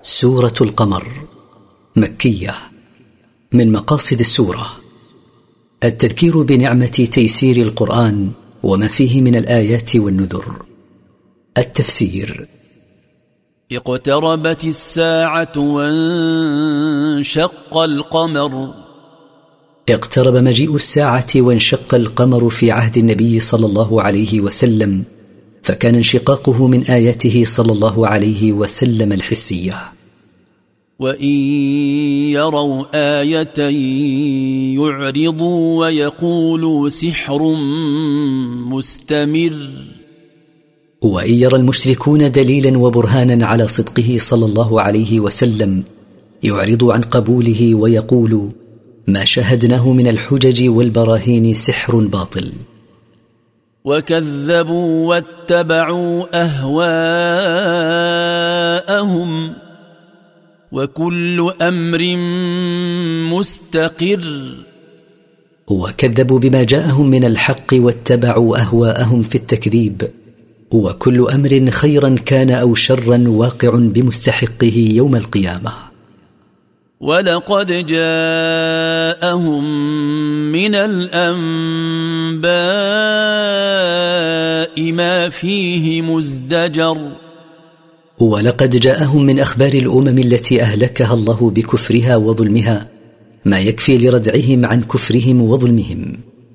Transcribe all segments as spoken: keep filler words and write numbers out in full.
سورة القمر مكية. من مقاصد السورة التذكير بنعمة تيسير القرآن وما فيه من الآيات والنذر. التفسير: اقتربت الساعة وانشق القمر. اقترب مجيء الساعة وانشق القمر في عهد النبي صلى الله عليه وسلم، فكان انشقاقه من آياته صلى الله عليه وسلم الحسية. وإن يروا آية يعرضوا ويقولوا سحر مستمر. وإن يرى المشركون دليلا وبرهانا على صدقه صلى الله عليه وسلم يعرضوا عن قبوله ويقولوا: ما شاهدناه من الحجج والبراهين سحر باطل. وكذبوا واتبعوا أهواءهم وكل أمر مستقر. وكذبوا بما جاءهم من الحق واتبعوا أهواءهم في التكذيب، وكل أمر خيرا كان أو شرا واقع بمستحقه يوم القيامة. ولقد جاءهم من الأنباء ما فيه مزدجر. ولقد جاءهم من أخبار الأمم التي أهلكها الله بكفرها وظلمها ما يكفي لردعهم عن كفرهم وظلمهم.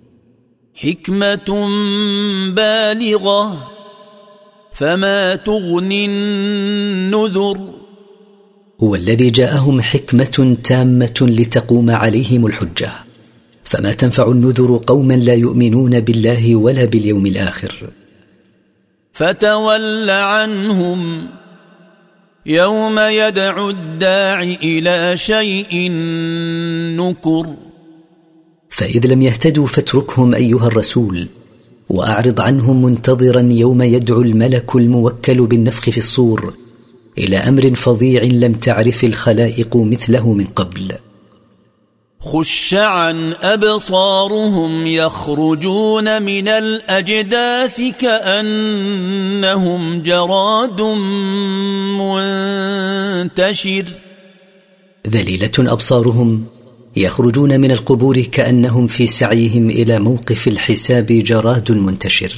حكمة بالغة فما تغني النذر. والذي جاءهم حكمة تامة لتقوم عليهم الحجة، فما تنفع النذر قوما لا يؤمنون بالله ولا باليوم الآخر. فتول عنهم يوم يدعو الداع إلى شيء نكر. فإذ لم يهتدوا فاتركهم أيها الرسول، وأعرض عنهم منتظرا يوم يدعو الملك الموكل بالنفخ في الصور إلى أمر فظيع لم تعرف الخلائق مثله من قبل. خش عن أبصارهم يخرجون من الأجداث كأنهم جراد منتشر. ذليلة أبصارهم يخرجون من القبور كأنهم في سعيهم إلى موقف الحساب جراد منتشر.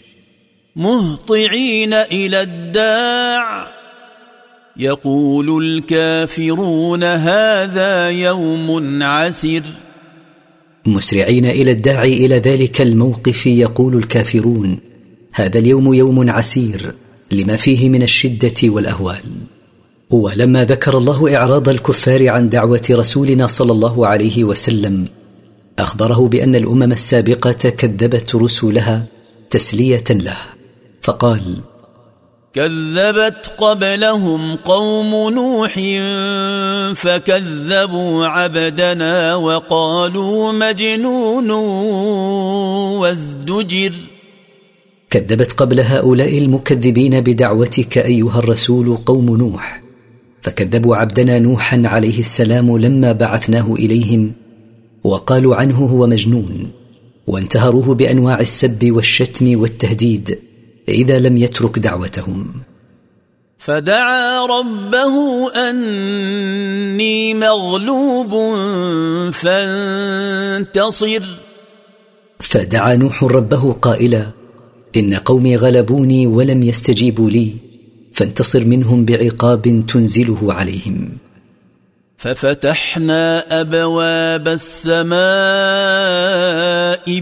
مهطعين إلى الداع يقول الكافرون هذا يوم عسر. مسرعين إلى الداعي إلى ذلك الموقف يقول الكافرون: هذا اليوم يوم عسير لما فيه من الشدة والأهوال. ولما ذكر الله إعراض الكفار عن دعوة رسولنا صلى الله عليه وسلم أخبره بأن الأمم السابقة كذبت رسلها تسلية له، فقال: كذبت قبلهم قوم نوح فكذبوا عبدنا وقالوا مجنون وازدجر. كذبت قبل هؤلاء المكذبين بدعوتك أيها الرسول قوم نوح، فكذبوا عبدنا نوحا عليه السلام لما بعثناه إليهم، وقالوا عنه هو مجنون، وانتهروه بأنواع السب والشتم والتهديد إذا لم يترك دعوتهم. فدعا ربه أني مغلوب فانتصر. فدعا نوح ربه قائلا: إن قومي غلبوني ولم يستجيبوا لي، فانتصر منهم بعقاب تنزله عليهم. ففتحنا أبواب السماء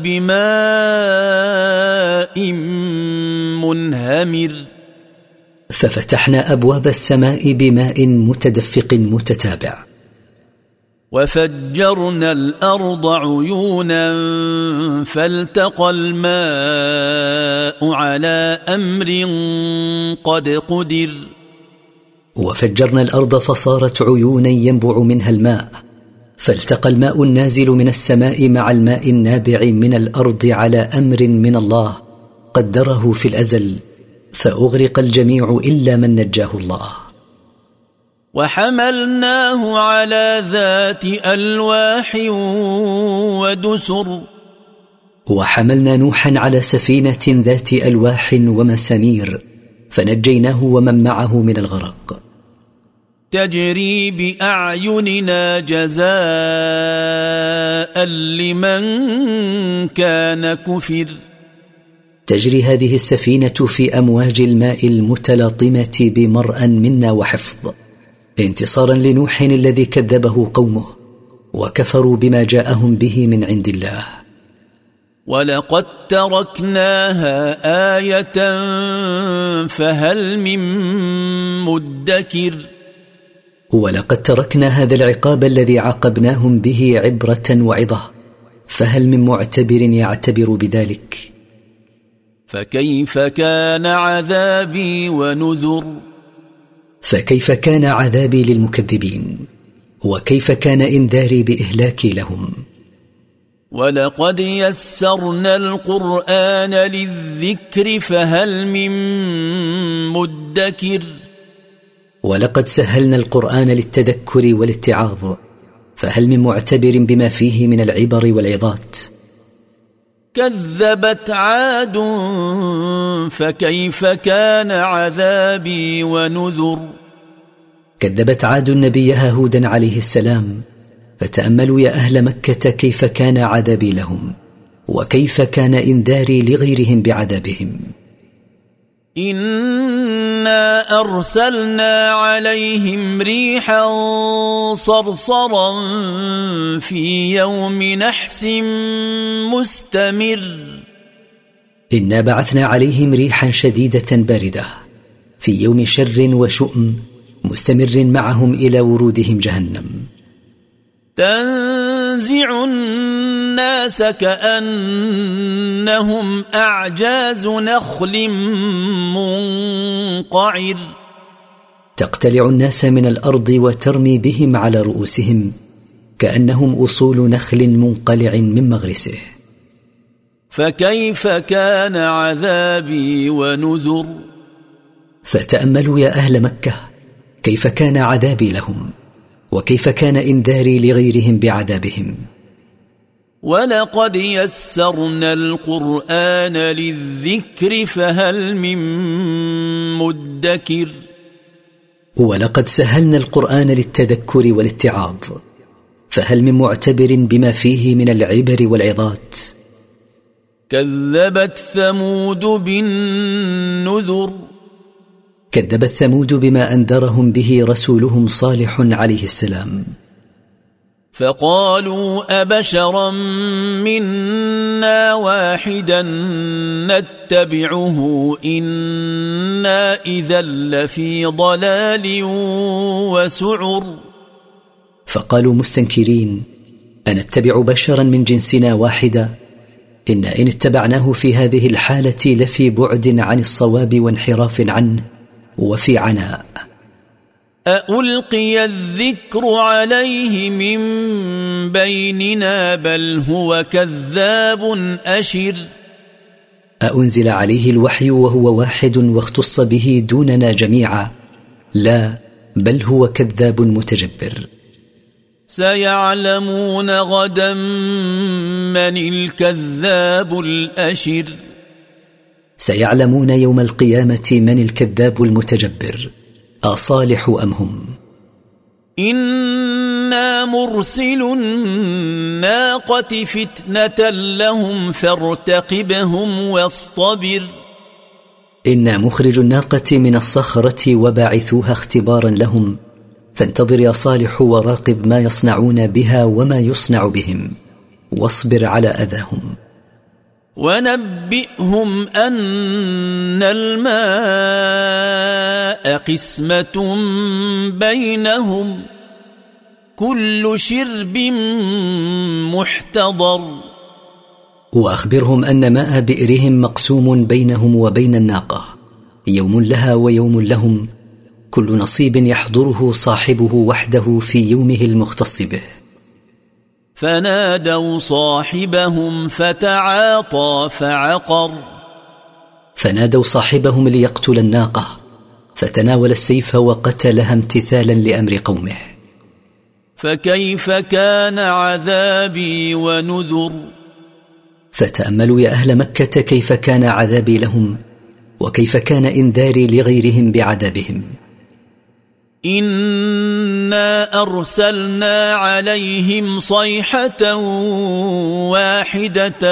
بماء منهمر. ففتحنا أبواب السماء بماء متدفق متتابع. وفجرنا الأرض عيونا فالتقى الماء على أمر قد قدر. وفجرنا الأرض فصارت عيونا ينبع منها الماء، فالتقى الماء النازل من السماء مع الماء النابع من الأرض على أمر من الله قدره في الأزل، فأغرق الجميع إلا من نجاه الله. وحملناه على ذات ألواح ودسر. وحملنا نوحا على سفينة ذات ألواح ومسامير، فنجيناه ومن معه من الغرق. تجري بأعيننا جزاء لمن كان كفر. تجري هذه السفينة في أمواج الماء المتلاطمة بمرأ منا وحفظ، انتصارا لنوح الذي كذبه قومه وكفروا بما جاءهم به من عند الله. ولقد تركناها آية فهل من مدكر. ولقد تركنا هذا العقاب الذي عاقبناهم به عبرة وعظة، فهل من معتبر يعتبر بذلك؟ فكيف كان عذابي ونذر. فكيف كان عذابي للمكذبين، وكيف كان إنذاري بإهلاكي لهم. ولقد يسرنا القرآن للذكر فهل من مدكر. ولقد سهلنا القرآن للتذكر والاتعاظ، فهل من معتبر بما فيه من العبر والعظات. كذبت عاد فكيف كان عذابي ونذر. كذبت عاد نبيها هودا عليه السلام، فتأملوا يا أهل مكة كيف كان عذابي لهم، وكيف كان إنذاري لغيرهم بعذابهم. إنا أرسلنا عليهم ريحا صرصرا في يوم نحس مستمر. إنا بعثنا عليهم ريحا شديدة باردة في يوم شر وشؤم مستمر معهم إلى ورودهم جهنم. تنزع الناس كأنهم أعجاز نخل منقعر. تقتلع الناس من الأرض وترمي بهم على رؤوسهم كأنهم أصول نخل منقلع من مغرسه. فكيف كان عذابي ونذر. فتأملوا يا أهل مكة كيف كان عذابي لهم، وكيف كان إنذاري لغيرهم بعذابهم. ولقد يسرنا القرآن للذكر فهل من مدكر. ولقد سهلنا القرآن للتذكر والاتعاظ، فهل من معتبر بما فيه من العبر والعظات. كذبت ثمود بالنذر. كذبت ثمود بما أنذرهم به رسولهم صالح عليه السلام. فقالوا أبشرا منا واحدا نتبعه إنا إذا لفي ضلال وسعر. فقالوا مستنكرين أنتبع بشرا من جنسنا واحدا، إن إن اتبعناه في هذه الحالة لفي بعد عن الصواب وانحراف عنه وفي عناء. أألقي الذكر عليه من بيننا بل هو كذاب أشر. أأنزل عليه الوحي وهو واحد واختص به دوننا جميعا؟ لا، بل هو كذاب متجبر. سيعلمون غدا من الكذاب الأشر. سيعلمون يوم القيامة من الكذاب المتجبر، أصالح أم هم. إنا مرسل الناقة فتنة لهم فارتقبهم واصطبر. إنا مخرج الناقة من الصخرة وباعثوها اختبارا لهم، فانتظر يا صالح وراقب ما يصنعون بها وما يصنع بهم، واصبر على أذاهم. ونبئهم أن الماء قسمة بينهم كل شرب محتضر. وأخبرهم أن ماء بئرهم مقسوم بينهم وبين الناقة، يوم لها ويوم لهم، كل نصيب يحضره صاحبه وحده في يومه المختص به. فنادوا صاحبهم فتعاطى فعقر. فنادوا صاحبهم ليقتل الناقة، فتناول السيف وقتلها امتثالا لأمر قومه. فكيف كان عذابي ونذر. فتأملوا يا أهل مكة كيف كان عذابي لهم، وكيف كان إنذاري لغيرهم بعذابهم. إنا أرسلنا عليهم صيحة واحدة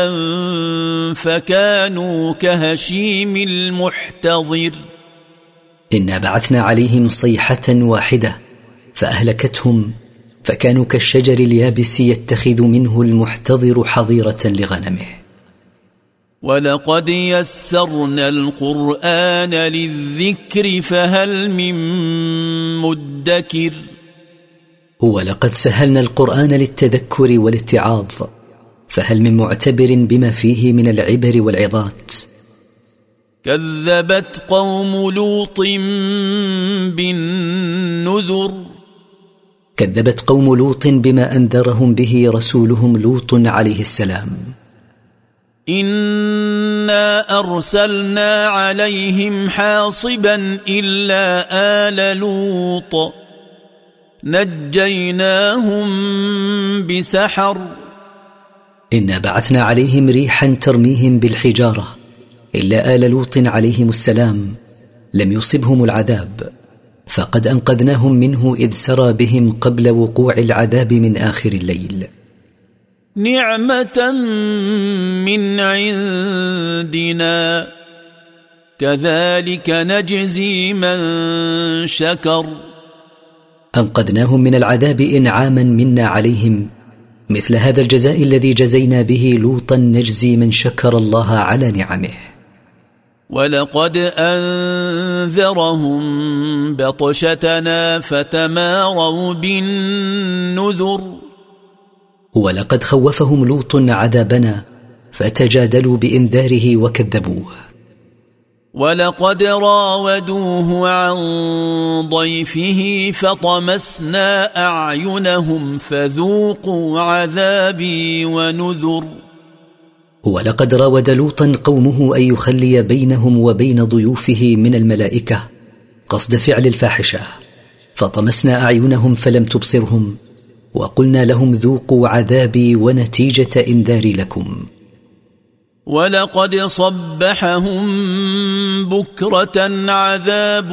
فكانوا كهشيم المحتضر. إنا بعثنا عليهم صيحة واحدة فأهلكتهم فكانوا كالشجر اليابس يتخذ منه المحتضر حظيرة لغنمه. ولقد يسرنا القرآن للذكر فهل من مدكر. ولقد سهلنا القرآن للتذكر والاتعاظ فهل من معتبر بما فيه من العبر والعظات. كذبت قوم لوط بالنذر. كذبت قوم لوط بما أنذرهم به رسولهم لوط عليه السلام. إنا أرسلنا عليهم حاصبا إلا آل لوط نجيناهم بسحر. إنا بعثنا عليهم ريحا ترميهم بالحجارة إلا آل لوط عليهم السلام لم يصبهم العذاب فقد أنقذناهم منه إذ سرى بهم قبل وقوع العذاب من آخر الليل. نعمة من عندنا كذلك نجزي من شكر. أنقذناهم من العذاب إنعاما منا عليهم مثل هذا الجزاء الذي جزينا به لوطا نجزي من شكر الله على نعمه. ولقد أنذرهم بطشتنا فتماروا بالنذر. ولقد خوفهم لوط عذابنا فتجادلوا بإنذاره وكذبوه. ولقد راودوه عن ضيفه فطمسنا أعينهم فذوقوا عذابي ونذر. ولقد راود لوطا قومه أن يخلي بينهم وبين ضيوفه من الملائكة قصد فعل الفاحشة فطمسنا أعينهم فلم تبصرهم وقلنا لهم ذوقوا عذابي ونتيجة إنذاري لكم. ولقد صبحهم بكرة عذاب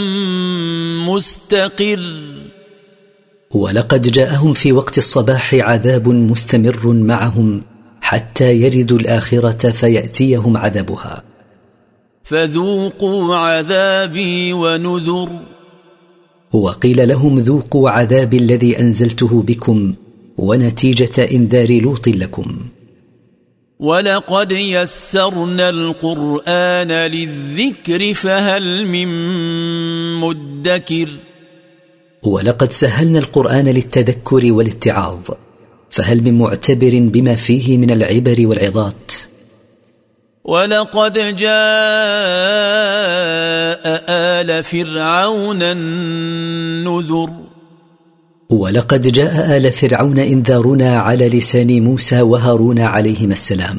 مستقر. ولقد جاءهم في وقت الصباح عذاب مستمر معهم حتى يردوا الآخرة فيأتيهم عذابها. فذوقوا عذابي ونذر. وقيل لهم ذوقوا عذاب الذي أنزلته بكم ونتيجة إنذار لوط لكم. ولقد يسرنا القرآن للذكر فهل من مدكر. ولقد سهلنا القرآن للتذكر والاتعاظ فهل من معتبر بما فيه من العبر والعظات. ولقد جاء آل فرعون النذر. ولقد جاء آل فرعون إنذارنا على لسان موسى وهارون عليهما السلام.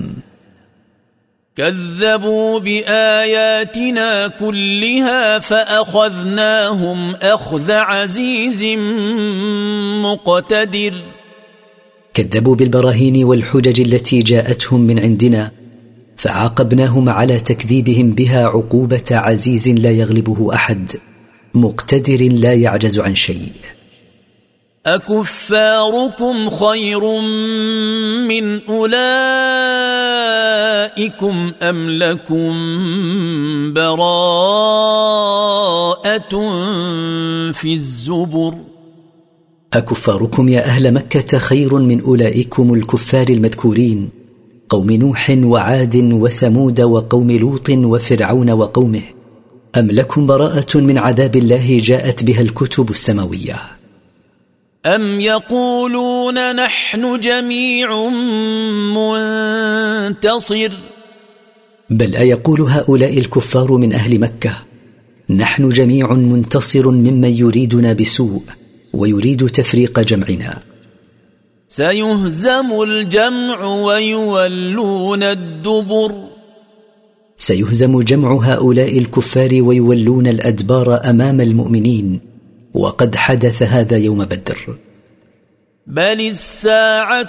كذبوا بآياتنا كلها فأخذناهم أخذ عزيز مقتدر. كذبوا بالبراهين والحجج التي جاءتهم من عندنا فعاقبناهم على تكذيبهم بها عقوبة عزيز لا يغلبه أحد مقتدر لا يعجز عن شيء. أكفاركم خير من أولئكم أم لكم براءة في الزبر. أكفاركم يا أهل مكة خير من أولئكم الكفار المذكورين قوم نوح وعاد وثمود وقوم لوط وفرعون وقومه أم لكم براءة من عذاب الله جاءت بها الكتب السماوية. أم يقولون نحن جميع منتصر. بل أيقول هؤلاء الكفار من أهل مكة نحن جميع منتصر ممن يريدنا بسوء ويريد تفريق جمعنا. سيهزم الجمع ويولون الدبر. سيهزم جمع هؤلاء الكفار ويولون الأدبار أمام المؤمنين وقد حدث هذا يوم بدر. بل الساعة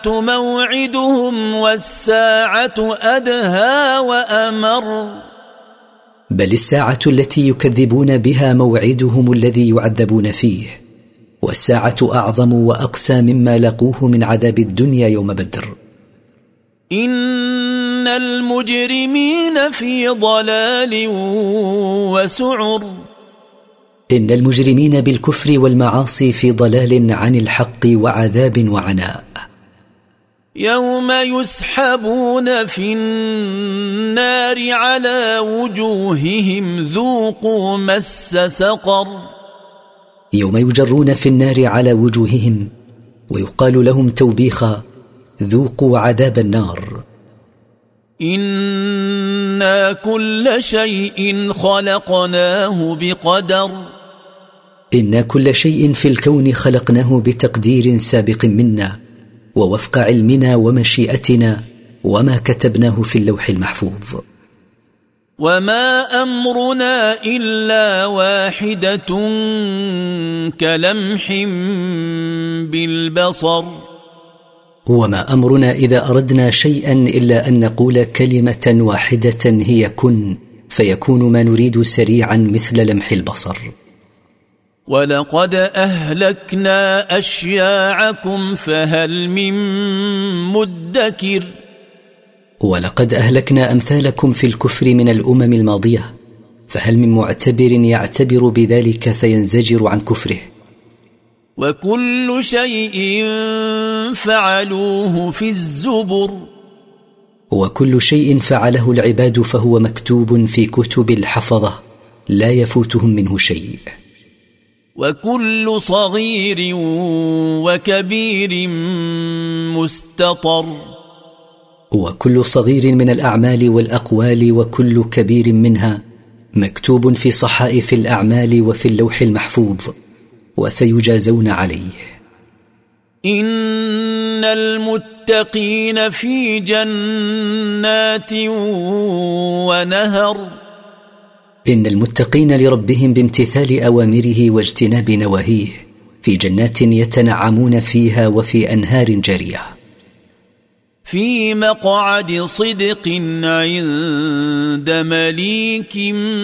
موعدهم والساعة أدهى وأمر. بل الساعة التي يكذبون بها موعدهم الذي يعذبون فيه، والساعة أعظم وأقسى مما لقوه من عذاب الدنيا يوم بدر. إن المجرمين في ضلال وسعر. إن المجرمين بالكفر والمعاصي في ضلال عن الحق وعذاب وعناء. يوم يسحبون في النار على وجوههم ذوقوا مس سقر. يوم يجرون في النار على وجوههم ويقال لهم توبيخا: ذوقوا عذاب النار. إنا كل شيء خلقناه بقدر. إنا كل شيء في الكون خلقناه بتقدير سابق منا ووفق علمنا ومشيئتنا وما كتبناه في اللوح المحفوظ. وما أمرنا إلا واحدة كلمح بالبصر. وما أمرنا إذا أردنا شيئا إلا أن نقول كلمة واحدة هي كن، فيكون ما نريد سريعا مثل لمح البصر. ولقد أهلكنا أشياعكم فهل من مدكر. ولقد أهلكنا أمثالكم في الكفر من الأمم الماضية، فهل من معتبر يعتبر بذلك فينزجر عن كفره. وكل شيء فعلوه في الزبر. وكل شيء فعله العباد فهو مكتوب في كتب الحفظة لا يفوتهم منه شيء. وكل صغير وكبير مستطر. وكل صغير من الأعمال والأقوال وكل كبير منها مكتوب في صحائف الأعمال وفي اللوح المحفوظ، وسيجازون عليه. إن المتقين في جنات ونهر. إن المتقين لربهم بامتثال أوامره واجتناب نواهيه في جنات يتنعمون فيها وفي أنهار جارية. في مقعد صدق عند مليك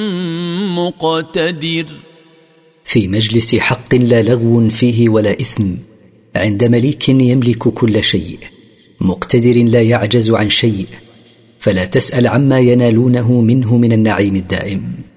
مقتدر. في مجلس حق لا لغو فيه ولا إثم، عند مليك يملك كل شيء، مقتدر لا يعجز عن شيء، فلا تسأل عما ينالونه منه من النعيم الدائم.